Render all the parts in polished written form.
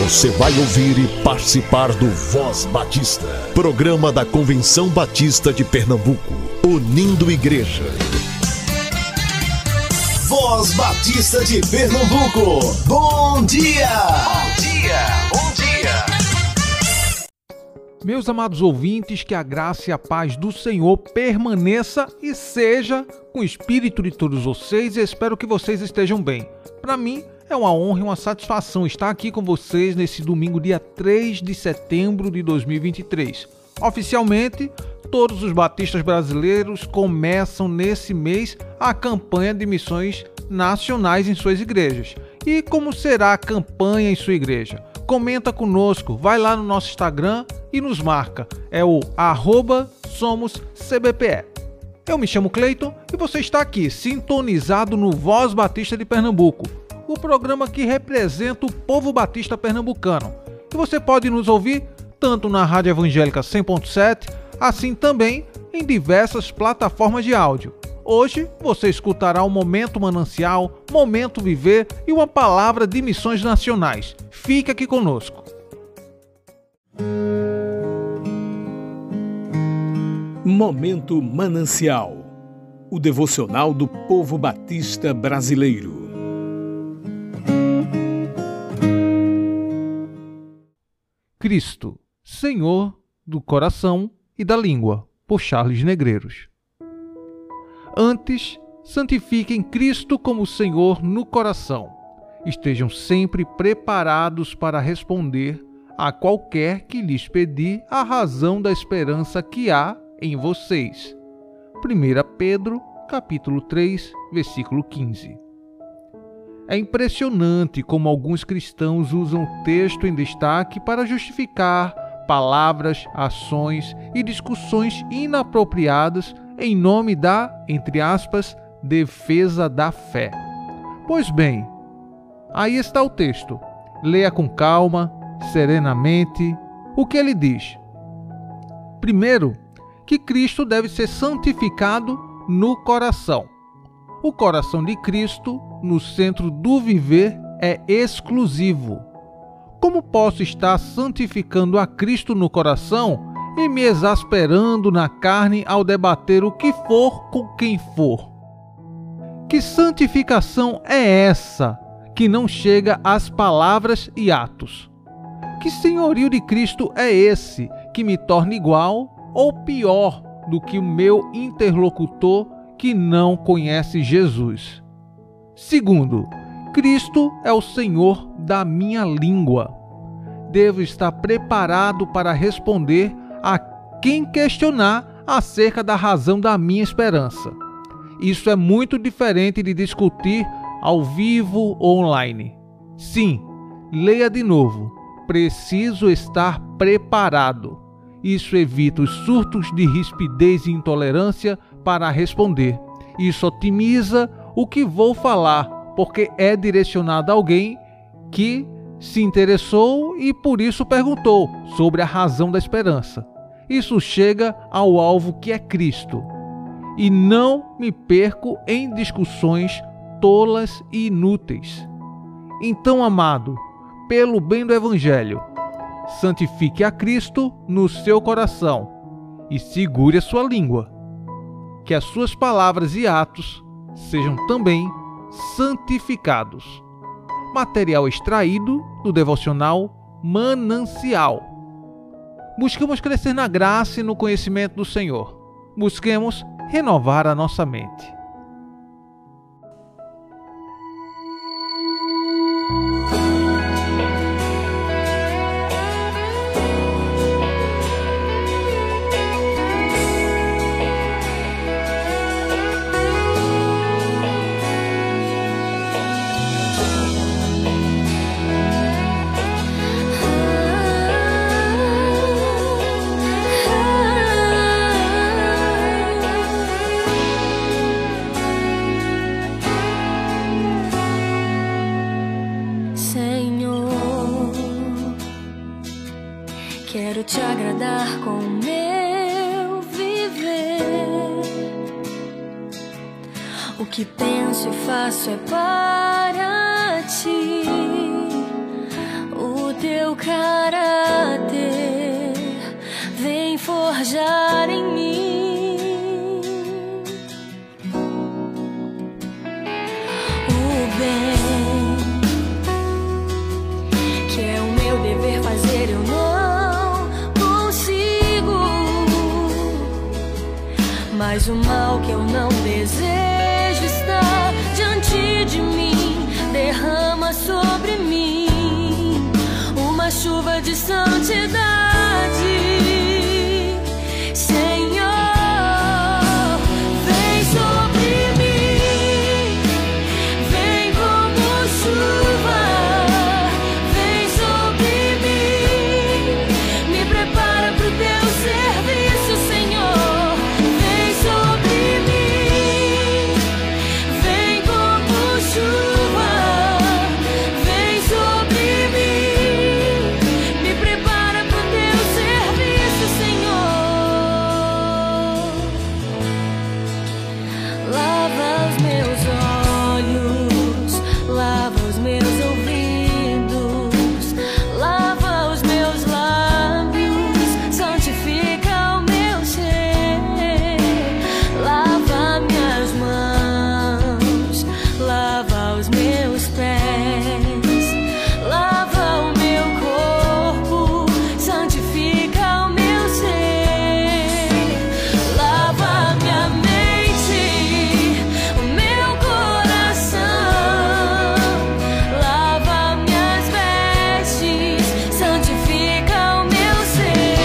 Você vai ouvir e participar do Voz Batista, programa da Convenção Batista de Pernambuco, unindo igreja. Voz Batista de Pernambuco, bom dia! Bom dia, bom dia! Meus amados ouvintes, que a graça e a paz do Senhor permaneça e seja com o espírito de todos vocês, e espero que vocês estejam bem. Para mim, é uma honra e uma satisfação estar aqui com vocês nesse domingo, dia 3 de setembro de 2023. Oficialmente, todos os batistas brasileiros começam nesse mês a campanha de missões nacionais em suas igrejas. E como será a campanha em sua igreja? Comenta conosco, vai lá no nosso Instagram e nos marca. É o @SomosCBPE. Eu me chamo Cleiton e você está aqui, sintonizado no Voz Batista de Pernambuco, o programa que representa o povo batista pernambucano. E você pode nos ouvir tanto na Rádio Evangélica 100.7, assim também em diversas plataformas de áudio. Hoje você escutará o Momento Manancial, Momento Viver e uma palavra de missões nacionais. Fique aqui conosco. Momento Manancial, o devocional do povo batista brasileiro. Cristo, Senhor do coração e da língua, por Charles Negreiros. Antes, santifiquem Cristo como Senhor no coração. Estejam sempre preparados para responder a qualquer que lhes pedir a razão da esperança que há em vocês. 1 Pedro, capítulo 3, versículo 15. É impressionante como alguns cristãos usam o texto em destaque para justificar palavras, ações e discussões inapropriadas em nome da, entre aspas, defesa da fé. Pois bem, aí está o texto. Leia com calma, serenamente, o que ele diz. Primeiro, que Cristo deve ser santificado no coração. O coração de Cristo, no centro do viver, é exclusivo. Como posso estar santificando a Cristo no coração e me exasperando na carne ao debater o que for com quem for? Que santificação é essa que não chega às palavras e atos? Que senhorio de Cristo é esse que me torna igual ou pior do que o meu interlocutor que não conhece Jesus? Segundo, Cristo é o Senhor da minha língua. Devo estar preparado para responder a quem questionar acerca da razão da minha esperança. Isso é muito diferente de discutir ao vivo ou online. Sim, leia de novo. Preciso estar preparado. Isso evita os surtos de rispidez e intolerância para responder. Isso otimiza o que vou falar, porque é direcionado a alguém que se interessou e por isso perguntou sobre a razão da esperança. Isso chega ao alvo que é Cristo. E não me perco em discussões tolas e inúteis. Então, amado, pelo bem do Evangelho, santifique a Cristo no seu coração e segure a sua língua. Que as suas palavras e atos sejam também santificados. Material extraído do devocional Manancial. Busquemos crescer na graça e no conhecimento do Senhor. Busquemos renovar a nossa mente. Quero te agradar com o meu viver. O que penso e faço é para ti. O teu caráter vem forjar em mim o bem que é o meu dever fazer, eu não consigo, mas o mal que eu não desejo está diante de mim. Derrama sobre mim uma chuva de santidade, Senhor. Vem sobre mim, vem como chuva, vem sobre mim, me prepara pro teu serviço, Senhor. Vem sobre mim, vem como chuva, vem sobre mim, me prepara pro teu serviço, Senhor. Lava os meus olhos, lava os meus ouvidos, lava os meus lábios, santifica o meu ser. Lava minhas mãos, lava os meus pés, lava o meu corpo, santifica o meu ser. Lava minha mente, o meu coração, lava minhas vestes, santifica o meu ser.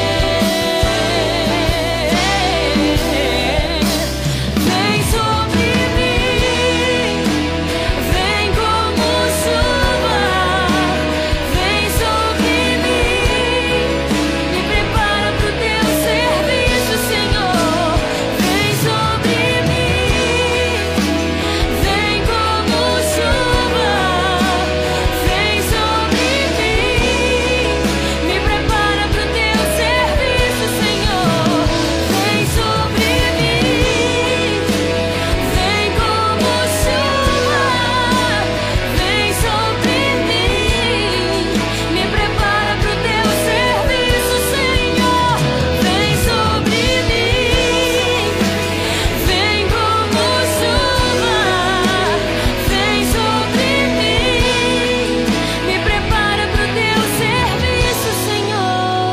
Vem sobre mim, vem como chuva, vem sobre mim, me prepara pro teu serviço, Senhor. Vem sobre mim, vem como chuva, vem sobre mim, me prepara pro teu serviço, Senhor. Vem sobre mim, vem como chuva, vem sobre mim, me prepara pro teu serviço, Senhor. Vem sobre mim, vem como chuva, vem sobre mim, me prepara pro teu serviço, Senhor.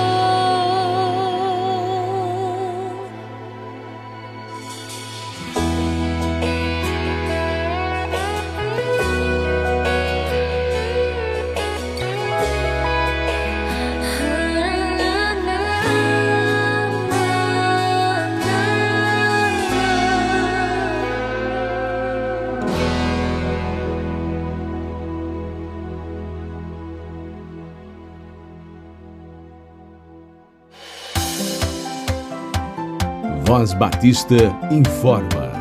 Voz Batista informa.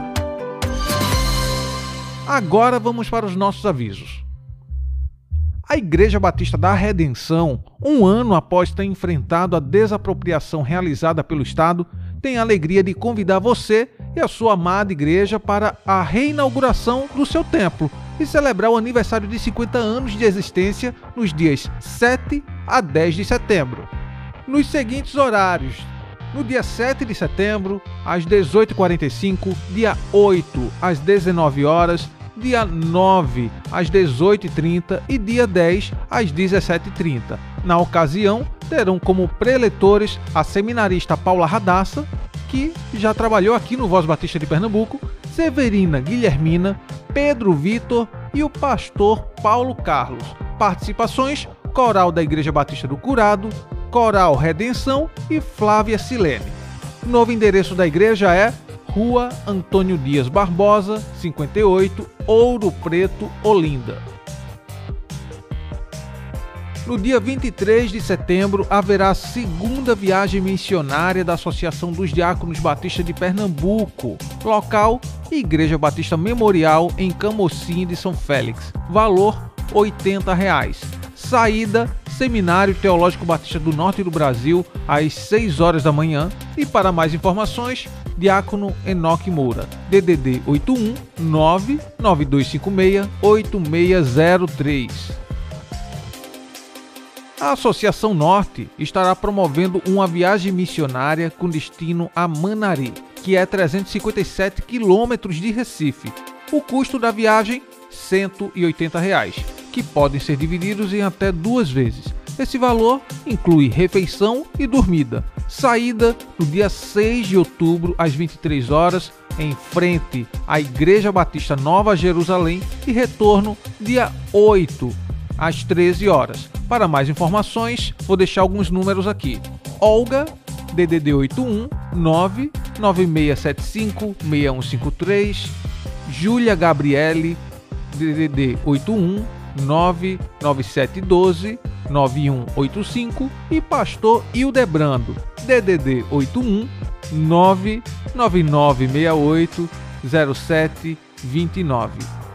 Agora vamos para os nossos avisos. A Igreja Batista da Redenção, um ano após ter enfrentado a desapropriação realizada pelo Estado, tem a alegria de convidar você e a sua amada igreja para a reinauguração do seu templo e celebrar o aniversário de 50 anos de existência nos dias 7 a 10 de setembro. Nos seguintes horários: no dia 7 de setembro, às 18h45, dia 8 às 19 horas, dia 9 às 18h30 e dia 10 às 17h30. Na ocasião, terão como preletores a seminarista Paula Radassa, que já trabalhou aqui no Voz Batista de Pernambuco, Severina Guilhermina, Pedro Vitor e o pastor Paulo Carlos. Participações: Coral da Igreja Batista do Curado, Coral Redenção e Flávia Silene. O novo endereço da igreja é Rua Antônio Dias Barbosa, 58, Ouro Preto, Olinda. No dia 23 de setembro, haverá a segunda viagem missionária da Associação dos Diáconos Batista de Pernambuco. Local: Igreja Batista Memorial, em Camocim de São Félix. Valor: R$ 80. Saída: Seminário Teológico Batista do Norte do Brasil, às 6 horas da manhã. E para mais informações, Diácono Enoque Moura, DDD 81 99256 8603. A Associação Norte estará promovendo uma viagem missionária com destino a Manari, que é 357 quilômetros de Recife. O custo da viagem, R$ 180, que podem ser divididos em até 2 vezes. Esse valor inclui refeição e dormida. Saída no dia 6 de outubro, às 23 horas, em frente à Igreja Batista Nova Jerusalém, e retorno dia 8, às 13 horas. Para mais informações, vou deixar alguns números aqui. Olga, DDD 81 99675 6153, Júlia Gabriele, DDD 81 99712 9185 e Pastor Hildebrando, DDD 81 99968 0729.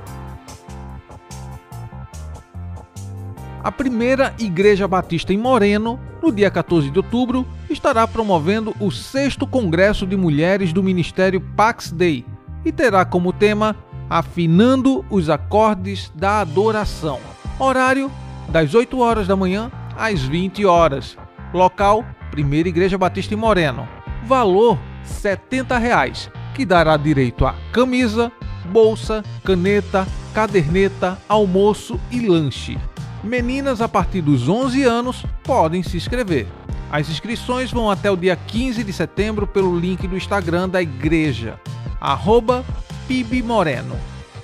A primeira Igreja Batista em Moreno, no dia 14 de outubro, estará promovendo o 6º Congresso de Mulheres do Ministério Pax Dei e terá como tema Afinando os Acordes da Adoração. Horário das 8 horas da manhã às 20 horas. Local, Primeira Igreja Batista em Moreno. Valor, R$ 70, que dará direito a camisa, bolsa, caneta, caderneta, almoço e lanche. Meninas a partir dos 11 anos podem se inscrever. As inscrições vão até o dia 15 de setembro pelo link do Instagram da igreja, @pibmoreno.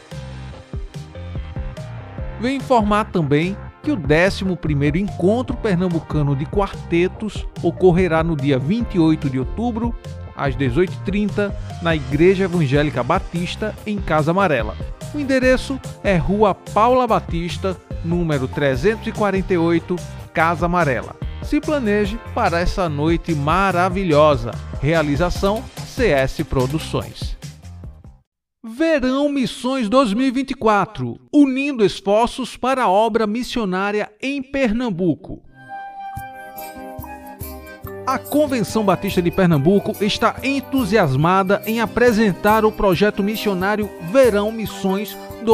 Venho informar também que o 11º Encontro Pernambucano de Quartetos ocorrerá no dia 28 de outubro, às 18h30, na Igreja Evangélica Batista, em Casa Amarela. O endereço é Rua Paula Batista, número 348, Casa Amarela. Se planeje para essa noite maravilhosa. Realização CS Produções. Verão Missões 2024, unindo esforços para a obra missionária em Pernambuco. A Convenção Batista de Pernambuco está entusiasmada em apresentar o projeto missionário Verão Missões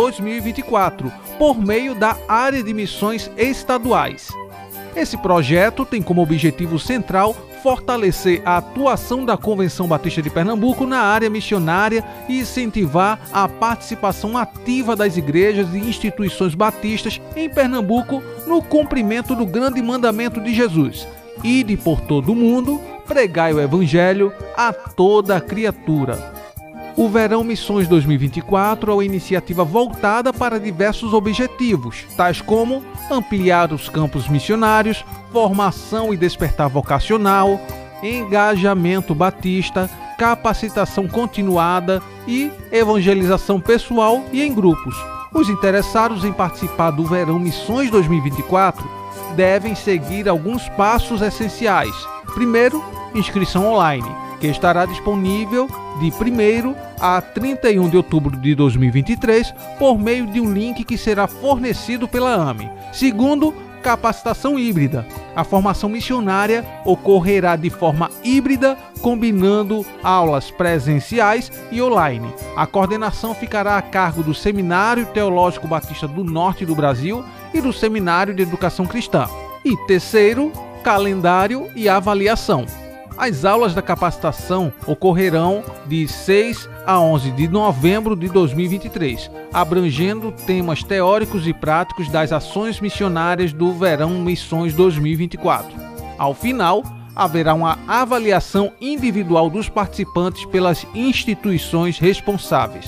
2024, por meio da Área de Missões Estaduais. Esse projeto tem como objetivo central fortalecer a atuação da Convenção Batista de Pernambuco na área missionária e incentivar a participação ativa das igrejas e instituições batistas em Pernambuco no cumprimento do grande mandamento de Jesus: ide por todo o mundo, pregai o Evangelho a toda a criatura. O Verão Missões 2024 é uma iniciativa voltada para diversos objetivos, tais como ampliar os campos missionários, formação e despertar vocacional, engajamento batista, capacitação continuada e evangelização pessoal e em grupos. Os interessados em participar do Verão Missões 2024 devem seguir alguns passos essenciais. Primeiro, inscrição online, que estará disponível de 1º a 31 de outubro de 2023 por meio de um link que será fornecido pela AME. Segundo, capacitação híbrida. A formação missionária ocorrerá de forma híbrida, combinando aulas presenciais e online. A coordenação ficará a cargo do Seminário Teológico Batista do Norte do Brasil e do Seminário de Educação Cristã. E terceiro, calendário e avaliação. As aulas da capacitação ocorrerão de 6 a 11 de novembro de 2023, abrangendo temas teóricos e práticos das ações missionárias do Verão Missões 2024. Ao final, haverá uma avaliação individual dos participantes pelas instituições responsáveis.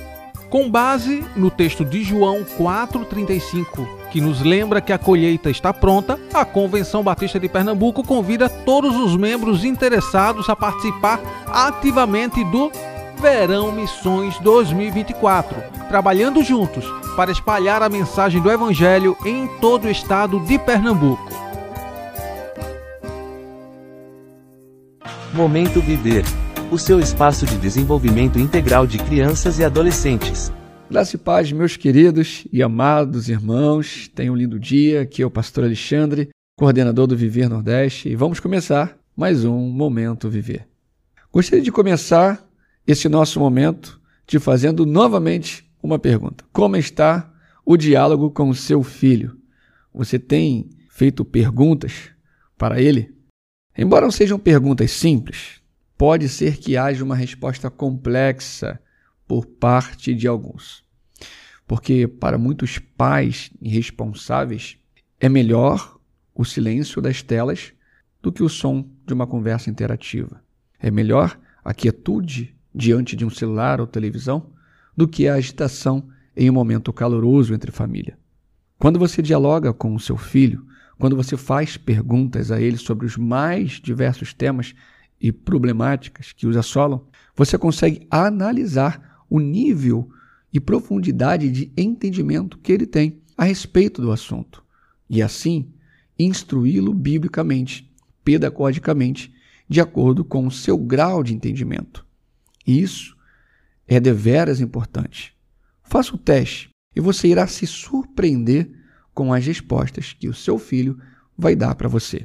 Com base no texto de João 4,35, que nos lembra que a colheita está pronta, a Convenção Batista de Pernambuco convida todos os membros interessados a participar ativamente do Verão Missões 2024, trabalhando juntos para espalhar a mensagem do Evangelho em todo o estado de Pernambuco. Momento Viver, o seu espaço de desenvolvimento integral de crianças e adolescentes. Graça e paz, meus queridos e amados irmãos. Tenham um lindo dia. Aqui é o pastor Alexandre, coordenador do Viver Nordeste, e vamos começar mais um Momento Viver. Gostaria de começar esse nosso momento te fazendo novamente uma pergunta. Como está o diálogo com o seu filho? Você tem feito perguntas para ele, embora não sejam perguntas simples, pode ser que haja uma resposta complexa por parte de alguns. Porque para muitos pais irresponsáveis, é melhor o silêncio das telas do que o som de uma conversa interativa. É melhor a quietude diante de um celular ou televisão do que a agitação em um momento caloroso entre família. Quando você dialoga com o seu filho, quando você faz perguntas a ele sobre os mais diversos temas e problemáticas que os assolam, você consegue analisar o nível e profundidade de entendimento que ele tem a respeito do assunto e, assim, instruí-lo biblicamente, pedagogicamente, de acordo com o seu grau de entendimento. Isso é deveras importante. Faça o teste e você irá se surpreender com as respostas que o seu filho vai dar para você.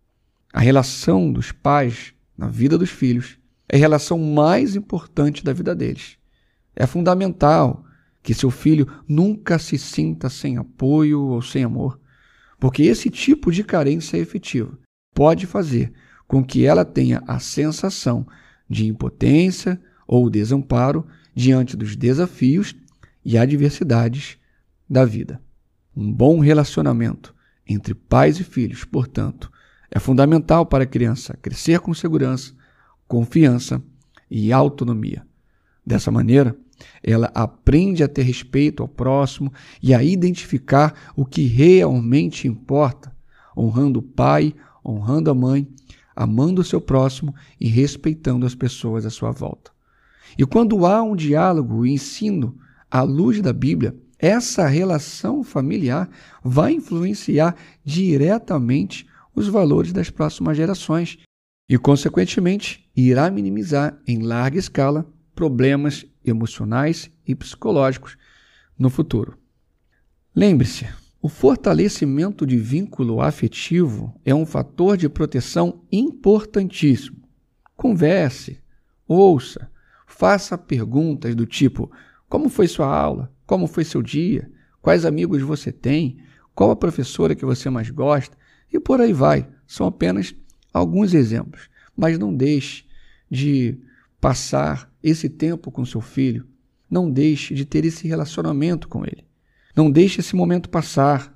A relação dos pais na vida dos filhos é a relação mais importante da vida deles. É fundamental que seu filho nunca se sinta sem apoio ou sem amor, porque esse tipo de carência efetiva pode fazer com que ela tenha a sensação de impotência ou desamparo diante dos desafios e adversidades da vida. Um bom relacionamento entre pais e filhos, portanto, é fundamental para a criança crescer com segurança, confiança e autonomia. Dessa maneira, ela aprende a ter respeito ao próximo e a identificar o que realmente importa, honrando o pai, honrando a mãe, amando o seu próximo e respeitando as pessoas à sua volta. E quando há um diálogo e ensino à luz da Bíblia, essa relação familiar vai influenciar diretamente os valores das próximas gerações e, consequentemente, irá minimizar em larga escala problemas emocionais e psicológicos no futuro. Lembre-se, o fortalecimento de vínculo afetivo é um fator de proteção importantíssimo. Converse, ouça, faça perguntas do tipo: como foi sua aula? Como foi seu dia? Quais amigos você tem? Qual a professora que você mais gosta? E por aí vai. São apenas alguns exemplos. Mas não deixe de passar esse tempo com seu filho. Não deixe de ter esse relacionamento com ele. Não deixe esse momento passar.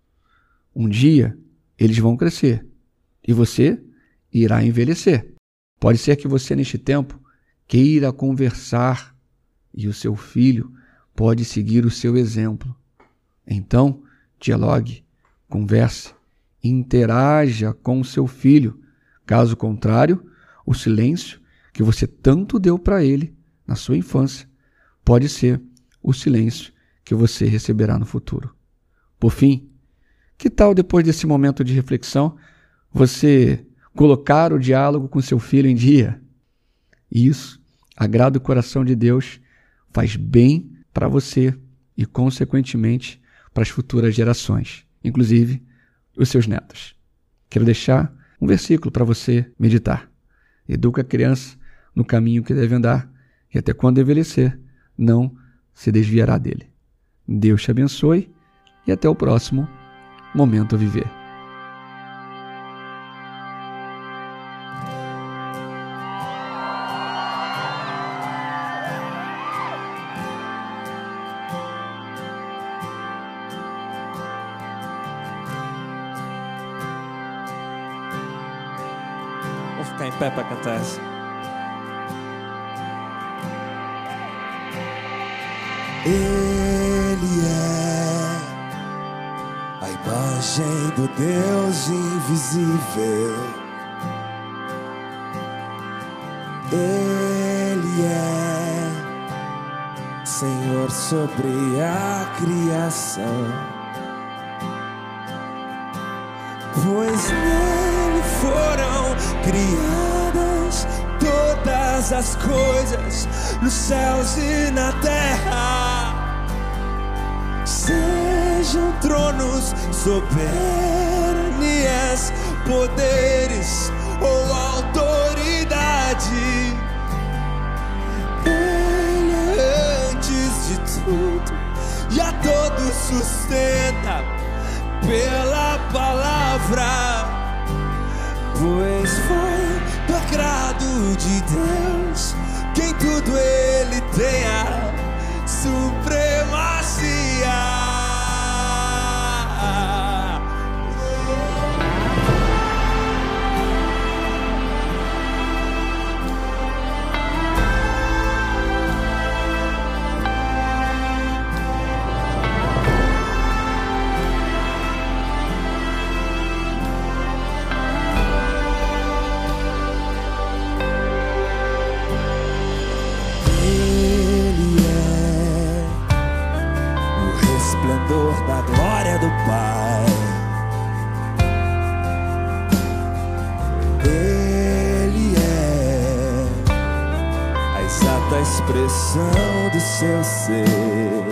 Um dia, eles vão crescer e você irá envelhecer. Pode ser que você, neste tempo, queira conversar e o seu filho pode seguir o seu exemplo. Então, dialogue, converse, interaja com o seu filho. Caso contrário, o silêncio que você tanto deu para ele na sua infância pode ser o silêncio que você receberá no futuro. Por fim, que tal, depois desse momento de reflexão, você colocar o diálogo com seu filho em dia? Isso agrada o coração de Deus, faz bem para você e, consequentemente, para as futuras gerações, inclusive os seus netos. Quero deixar um versículo para você meditar. Educa a criança no caminho que deve andar e até quando envelhecer, não se desviará dele. Deus te abençoe e até o próximo Momento Viver. Vou ficar em pé para cantar essa. Ele é a imagem do Deus invisível. Ele é Senhor sobre a criação, pois nele foram criadas todas as coisas nos céus e na terra. Sejam tronos, soberanias, poderes ou autoridade, Ele é antes de tudo e a todos sustenta pela palavra. palavra, pois foi do agrado de Deus que em tudo ele tenha supremacia. Da glória do Pai, Ele é a exata expressão do seu ser,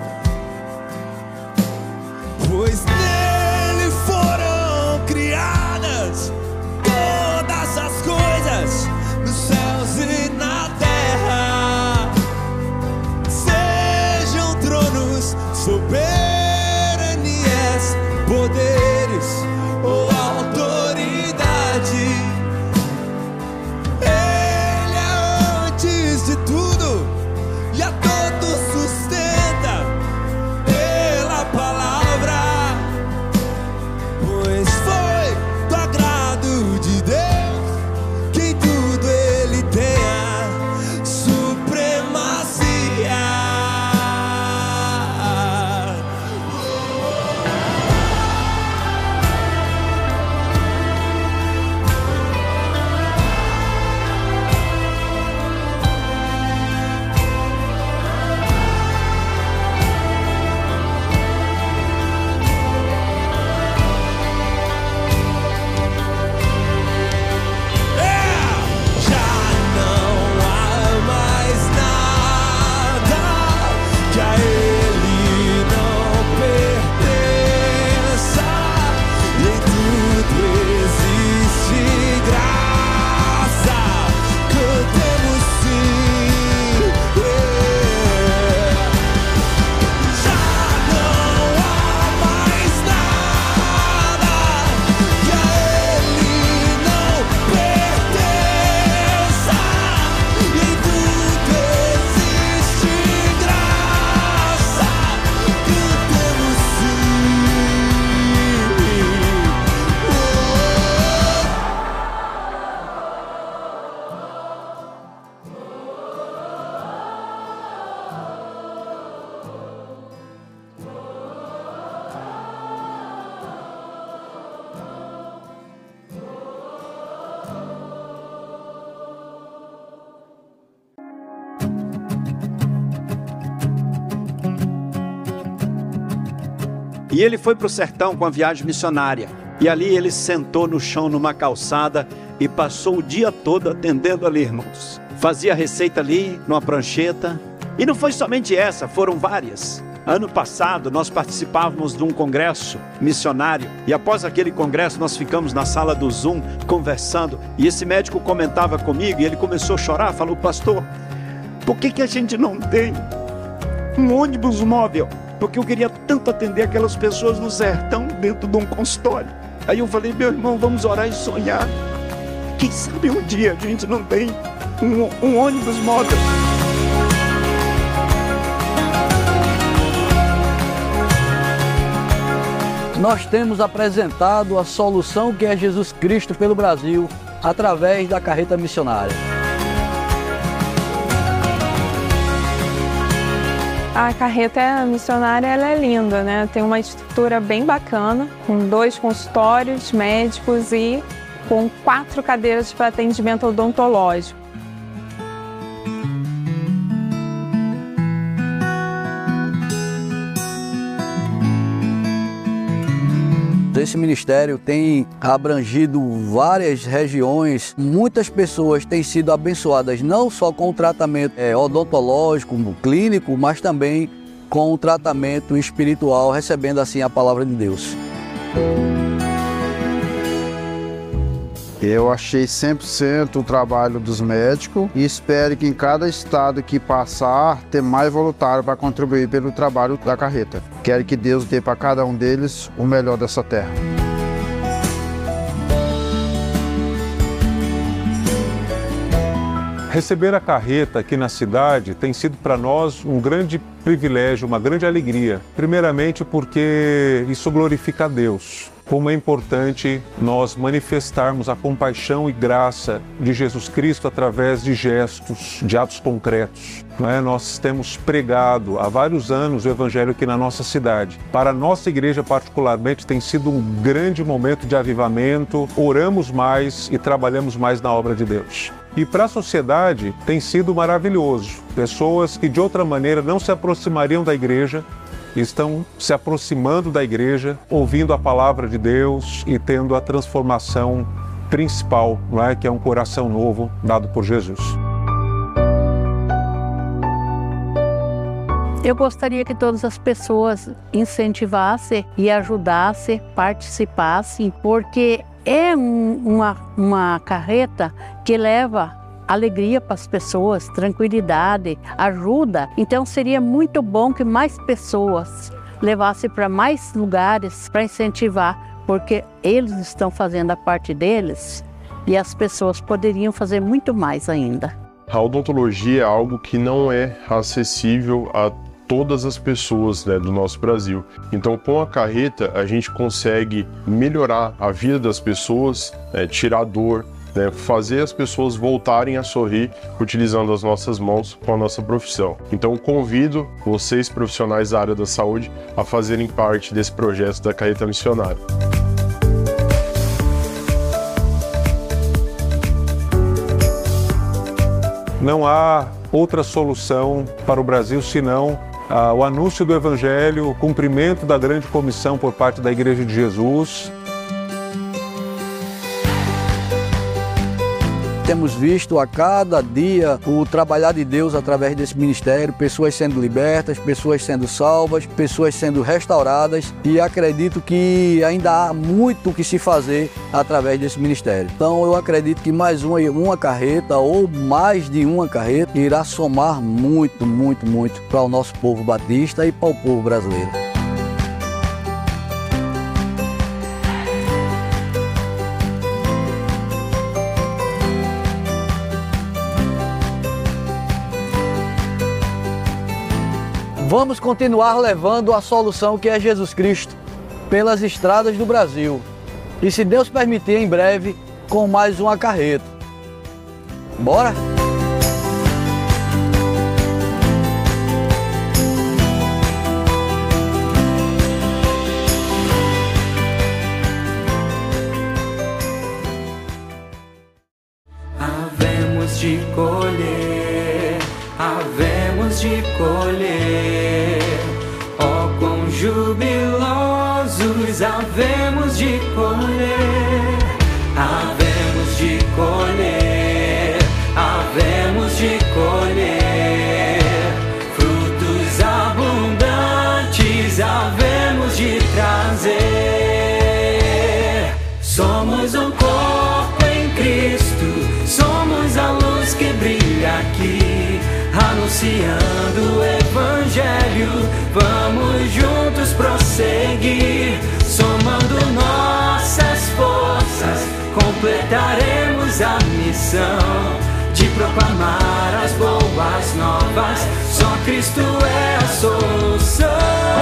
pois nele foram criadas todas as coisas nos céus e na terra, sejam tronos soberbos, poderes ou autoridade, Ele é antes de tudo e a todos sustenta pela palavra, pois foi do agrado de Deus que em tudo Ele tenha supremacia. E ele foi para o sertão com a viagem missionária. E ali ele sentou no chão numa calçada e passou o dia todo atendendo ali, irmãos. Fazia receita ali, numa prancheta. E não foi somente essa, foram várias. Ano passado nós participávamos de um congresso missionário. E após aquele congresso nós ficamos na sala do Zoom conversando. E esse médico comentava comigo e ele começou a chorar. Falou: pastor, por que a gente não tem um ônibus móvel? Porque eu queria tanto atender aquelas pessoas no sertão dentro de um consultório. Aí eu falei: meu irmão, vamos orar e sonhar. Quem sabe um dia a gente não tem um ônibus móvel. Nós temos apresentado a solução que é Jesus Cristo pelo Brasil, através da carreta missionária. A carreta missionária ela é linda, né? Tem uma estrutura bem bacana, com 2 consultórios médicos e com 4 cadeiras para atendimento odontológico. Esse ministério tem abrangido várias regiões, muitas pessoas têm sido abençoadas não só com o tratamento odontológico, clínico, mas também com o tratamento espiritual, recebendo assim a palavra de Deus. Eu achei 100% o trabalho dos médicos e espero que em cada estado que passar, ter mais voluntário para contribuir pelo trabalho da carreta. Quero que Deus dê para cada um deles o melhor dessa terra. Receber a carreta aqui na cidade tem sido para nós um grande privilégio, uma grande alegria. Primeiramente porque isso glorifica a Deus. Como é importante nós manifestarmos a compaixão e graça de Jesus Cristo através de gestos, de atos concretos. Nós temos pregado há vários anos o Evangelho aqui na nossa cidade. Para a nossa igreja particularmente tem sido um grande momento de avivamento, oramos mais e trabalhamos mais na obra de Deus. E para a sociedade tem sido maravilhoso. Pessoas que de outra maneira não se aproximariam da igreja, estão se aproximando da igreja, ouvindo a palavra de Deus e tendo a transformação principal, que é um coração novo dado por Jesus. Eu gostaria que todas as pessoas incentivassem e ajudassem, participassem, porque é uma carreta que leva alegria para as pessoas, tranquilidade, ajuda. Então seria muito bom que mais pessoas levassem para mais lugares para incentivar, porque eles estão fazendo a parte deles e as pessoas poderiam fazer muito mais ainda. A odontologia é algo que não é acessível a todas as pessoas do nosso Brasil. Então, com a carreta, a gente consegue melhorar a vida das pessoas, tirar dor, fazer as pessoas voltarem a sorrir utilizando as nossas mãos com a nossa profissão. Então convido vocês, profissionais da área da saúde, a fazerem parte desse projeto da Carreta Missionária. Não há outra solução para o Brasil senão o anúncio do Evangelho, o cumprimento da grande comissão por parte da Igreja de Jesus. Temos visto a cada dia o trabalhar de Deus através desse ministério, pessoas sendo libertas, pessoas sendo salvas, pessoas sendo restauradas, e acredito que ainda há muito que se fazer através desse ministério. Então eu acredito que mais uma carreta ou mais de uma carreta irá somar muito, muito, muito para o nosso povo batista e para o povo brasileiro. Vamos continuar levando a solução que é Jesus Cristo pelas estradas do Brasil. E se Deus permitir, em breve, com mais uma carreta. Bora? Havemos de colher, havemos de colher, ó quão jubilosos havemos de colher, havemos de colher, havemos de colher, frutos abundantes havemos de trazer. Somos um corpo em Cristo, somos a luz que brilha aqui, anunciando o Evangelho, vamos juntos prosseguir, somando nossas forças, completaremos a missão de proclamar as boas novas, só Cristo é a solução.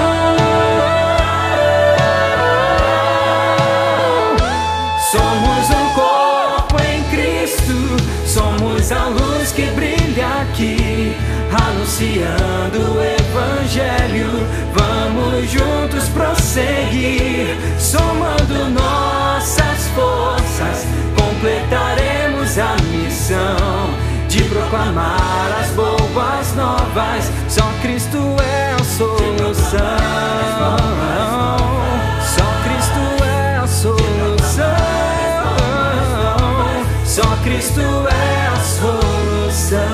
Somos um corpo em Cristo, somos a luz que brilha aqui, anunciando o Evangelho, vamos juntos prosseguir, somando nossas forças, completaremos a missão de proclamar as boas novas, só Cristo é a solução, só Cristo é a solução, só Cristo é a solução.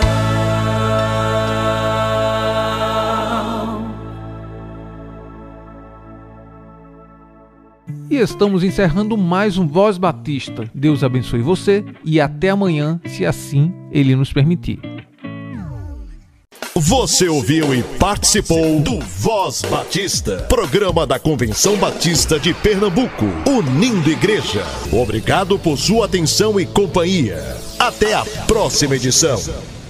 E estamos encerrando mais um Voz Batista. Deus abençoe você e até amanhã, se assim Ele nos permitir. Você ouviu e participou do Voz Batista, programa da Convenção Batista de Pernambuco, unindo igreja. Obrigado por sua atenção e companhia. Até a próxima edição.